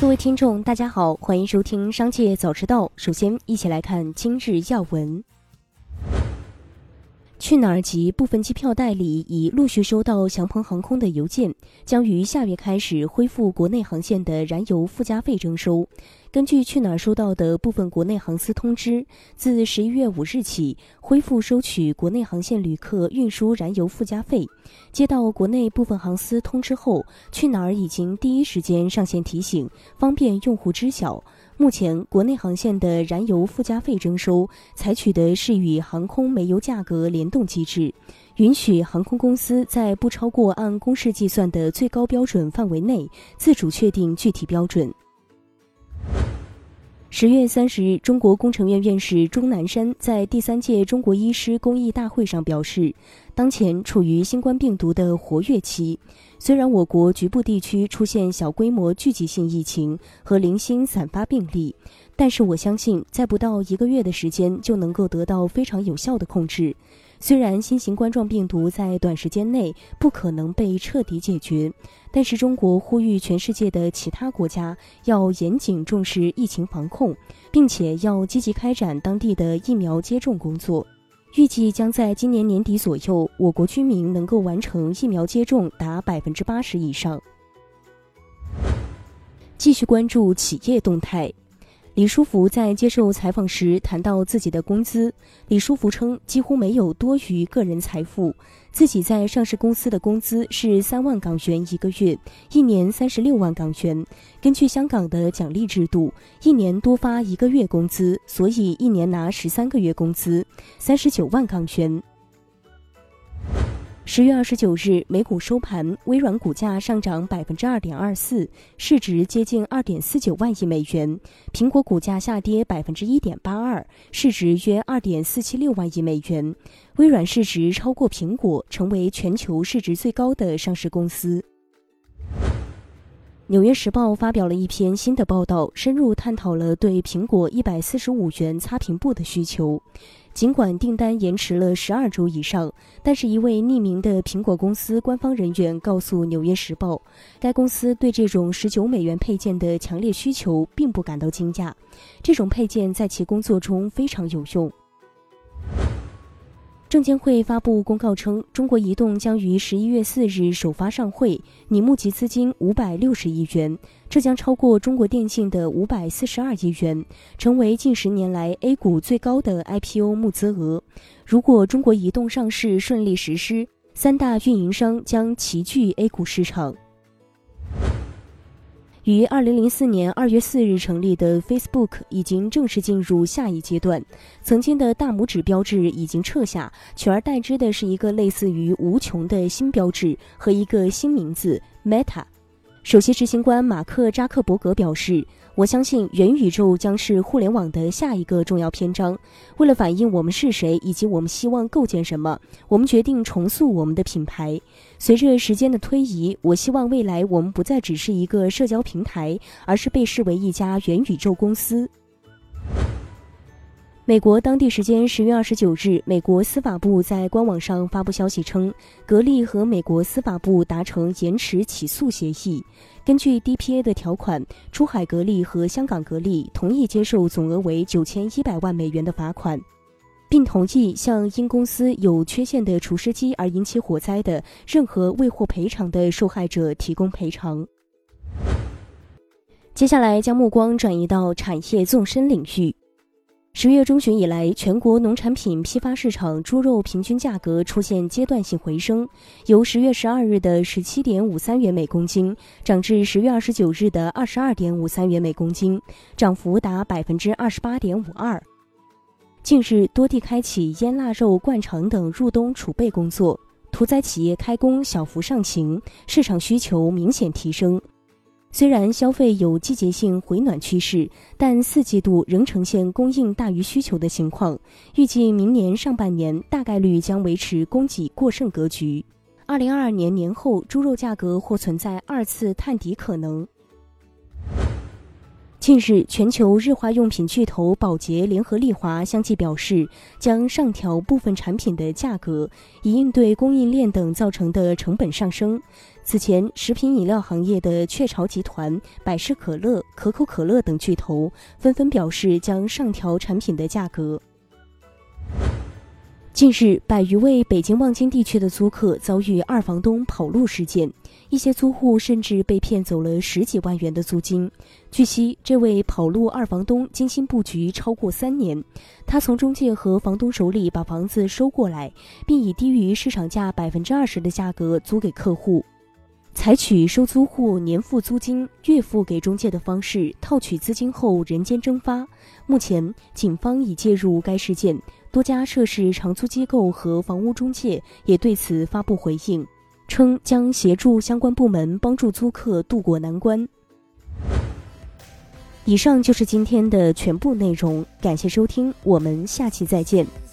各位听众大家好，欢迎收听商界早知道。首先一起来看今日要闻。去哪儿及部分机票代理已陆续收到祥鹏航空的邮件，将于下月开始恢复国内航线的燃油附加费征收。根据去哪儿收到的部分国内航司通知，自11月5日起恢复收取国内航线旅客运输燃油附加费。接到国内部分航司通知后，去哪儿已经第一时间上线提醒，方便用户知晓。目前国内航线的燃油附加费征收采取的是与航空煤油价格联动机制，允许航空公司在不超过按公式计算的最高标准范围内自主确定具体标准。10月30日，中国工程院院士钟南山在第3届中国医师公益大会上表示，当前处于新冠病毒的活跃期，虽然我国局部地区出现小规模聚集性疫情和零星散发病例，但是我相信在不到1个月的时间就能够得到非常有效的控制。虽然新型冠状病毒在短时间内不可能被彻底解决，但是中国呼吁全世界的其他国家要严谨重视疫情防控，并且要积极开展当地的疫苗接种工作。预计将在今年年底左右，我国居民能够完成疫苗接种达80%以上。继续关注企业动态。李书福在接受采访时谈到自己的工资，李书福称几乎没有多余个人财富，自己在上市公司的工资是3万港元1个月，一年36万港元。根据香港的奖励制度，一年多发1个月工资，所以一年拿13个月工资，39万港元。10月29日，美股收盘，微软股价上涨 2.24%， 市值接近 2.49 万亿美元；苹果股价下跌 1.82%， 市值约 2.476 万亿美元。微软市值超过苹果，成为全球市值最高的上市公司。纽约时报发表了一篇新的报道，深入探讨了对苹果145元擦屏布的需求。尽管订单延迟了12周以上，但是一位匿名的苹果公司官方人员告诉《纽约时报》，该公司对这种19美元配件的强烈需求并不感到惊讶，这种配件在其工作中非常有用。证监会发布公告称，中国移动将于11月4日首发上会，拟募集资金560亿元，这将超过中国电信的542亿元，成为近10年来 A 股最高的 IPO 募资额。如果中国移动上市顺利实施，3大运营商将齐聚 A 股市场。于2004年2月4日成立的 Facebook 已经正式进入下一阶段，曾经的大拇指标志已经撤下，取而代之的是一个类似于无穷的新标志和一个新名字 Meta。 首席执行官马克扎克伯格表示，我相信元宇宙将是互联网的下一个重要篇章。为了反映我们是谁以及我们希望构建什么，我们决定重塑我们的品牌。随着时间的推移，我希望未来我们不再只是一个社交平台，而是被视为一家元宇宙公司。美国当地时间10月29日，美国司法部在官网上发布消息称，格力和美国司法部达成延迟起诉协议。根据 DPA 的条款，珠海格力和香港格力同意接受总额为9100万美元的罚款，并同意向因公司有缺陷的除湿机而引起火灾的任何未获赔偿的受害者提供赔偿。接下来将目光转移到产业纵深领域。10月中旬以来，全国农产品批发市场猪肉平均价格出现阶段性回升，由10月12日的 17.53 元每公斤涨至10月29日的 22.53 元每公斤，涨幅达 28.52%。近日多地开启腌腊肉灌肠等入冬储备工作，屠宰企业开工小幅上行，市场需求明显提升。虽然消费有季节性回暖趋势，但4季度仍呈现供应大于需求的情况，预计明年上半年大概率将维持供给过剩格局。2022年年后，猪肉价格或存在2次探底可能。 近日，全球日化用品巨头宝洁联合利华相继表示，将上调部分产品的价格，以应对供应链等造成的成本上升。此前，食品饮料行业的雀巢集团、百事可乐、可口可乐等巨头纷纷表示将上调产品的价格。近日，100余位北京望京地区的租客遭遇二房东跑路事件，一些租户甚至被骗走了10几万元的租金。据悉，这位跑路二房东精心布局超过3年，他从中介和房东手里把房子收过来，并以低于市场价20%的价格租给客户，采取收租户年付租金、月付给中介的方式套取资金后人间蒸发。目前，警方已介入该事件，多家涉事长租机构和房屋中介也对此发布回应，称将协助相关部门帮助租客渡过难关。以上就是今天的全部内容，感谢收听，我们下期再见。